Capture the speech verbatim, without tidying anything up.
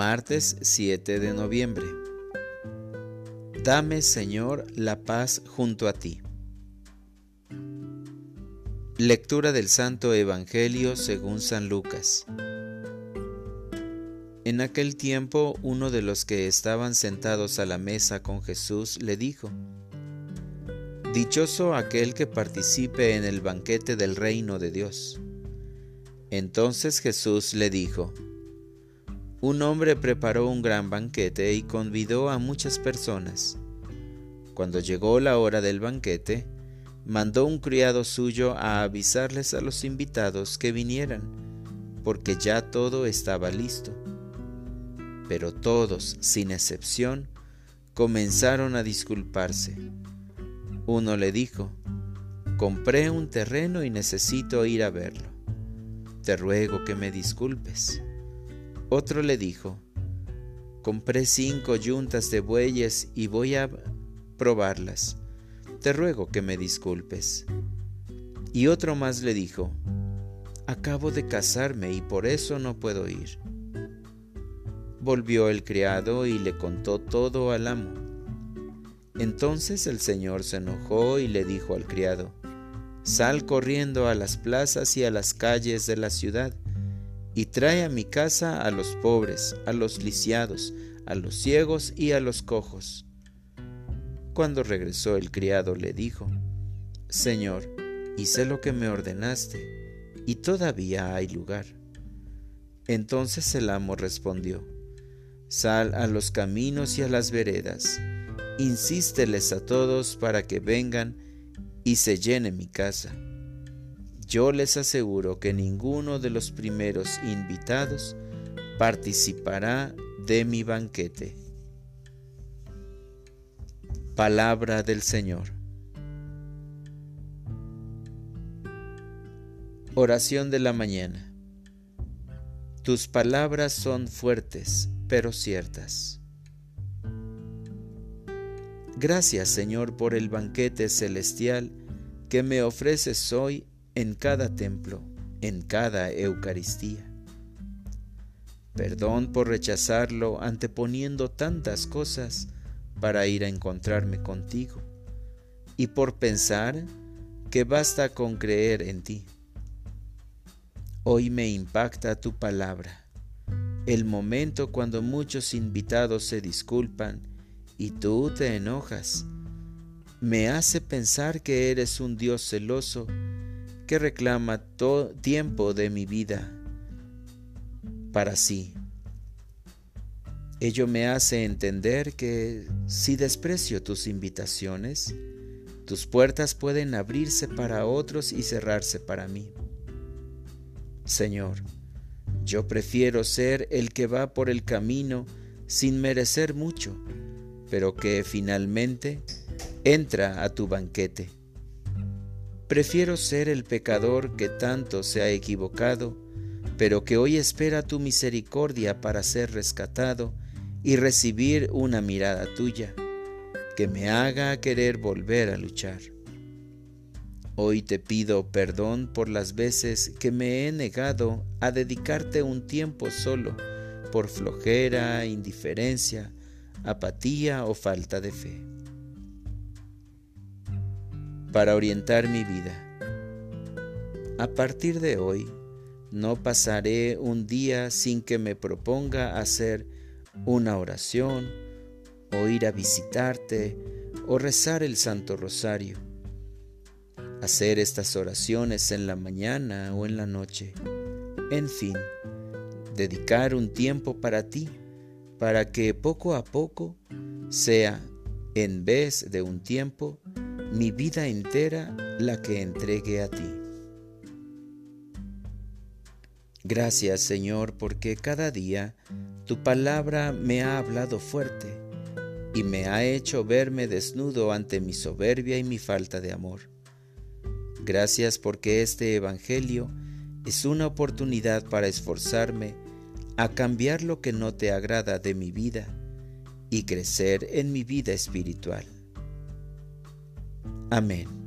Martes siete de noviembre. Dame, Señor, la paz junto a ti. Lectura del Santo Evangelio según San Lucas. En aquel tiempo, uno de los que estaban sentados a la mesa con Jesús le dijo: Dichoso aquel que participe en el banquete del reino de Dios. Entonces Jesús le dijo: Un hombre preparó un gran banquete y convidó a muchas personas. Cuando llegó la hora del banquete, mandó un criado suyo a avisarles a los invitados que vinieran, porque ya todo estaba listo. Pero todos, sin excepción, comenzaron a disculparse. Uno le dijo: Compré un terreno y necesito ir a verlo. Te ruego que me disculpes. Otro le dijo: Compré cinco yuntas de bueyes y voy a probarlas. Te ruego que me disculpes. Y otro más le dijo: Acabo de casarme y por eso no puedo ir. Volvió el criado y le contó todo al amo. Entonces el señor se enojó y le dijo al criado: Sal corriendo a las plazas y a las calles de la ciudad, y trae a mi casa a los pobres, a los lisiados, a los ciegos y a los cojos. Cuando regresó el criado le dijo: Señor, hice lo que me ordenaste, y todavía hay lugar. Entonces el amo respondió: Sal a los caminos y a las veredas, insísteles a todos para que vengan y se llene mi casa. Yo les aseguro que ninguno de los primeros invitados participará de mi banquete. Palabra del Señor. Oración de la mañana. Tus palabras son fuertes, pero ciertas. Gracias, Señor, por el banquete celestial que me ofreces hoy en cada templo, en cada Eucaristía. Perdón por rechazarlo anteponiendo tantas cosas para ir a encontrarme contigo, y por pensar que basta con creer en ti. Hoy me impacta tu palabra, el momento cuando muchos invitados se disculpan y tú te enojas. Me hace pensar que eres un Dios celoso que reclama todo tiempo de mi vida para sí. Ello me hace entender que si desprecio tus invitaciones, tus puertas pueden abrirse para otros y cerrarse para mí. Señor, yo prefiero ser el que va por el camino sin merecer mucho, pero que finalmente entra a tu banquete. Prefiero ser el pecador que tanto se ha equivocado, pero que hoy espera tu misericordia para ser rescatado y recibir una mirada tuya, que me haga querer volver a luchar. Hoy te pido perdón por las veces que me he negado a dedicarte un tiempo solo, por flojera, indiferencia, apatía o falta de fe. Para orientar mi vida. A partir de hoy, no pasaré un día sin que me proponga hacer una oración, o ir a visitarte, o rezar el Santo Rosario. Hacer estas oraciones en la mañana o en la noche. En fin, dedicar un tiempo para ti, para que poco a poco sea, en vez de un tiempo, mi vida entera la que entregue a ti. Gracias, Señor, porque cada día tu palabra me ha hablado fuerte y me ha hecho verme desnudo ante mi soberbia y mi falta de amor. Gracias porque este Evangelio es una oportunidad para esforzarme a cambiar lo que no te agrada de mi vida y crecer en mi vida espiritual. Amén.